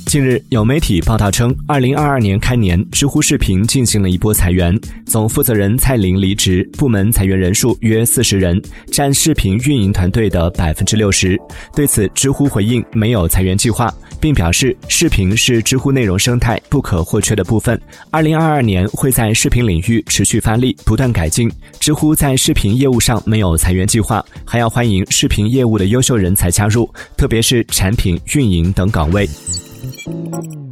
近日，有媒体报道称，2022年开年，知乎视频进行了一波裁员，总负责人蔡琳离职，部门裁员人数约40人，占视频运营团队的60%。对此，知乎回应没有裁员计划，并表示视频是知乎内容生态不可或缺的部分。2022年会在视频领域持续发力，不断改进。知乎在视频业务上没有裁员计划，还要欢迎视频业务的优秀人才加入，特别是产品、运营等岗位。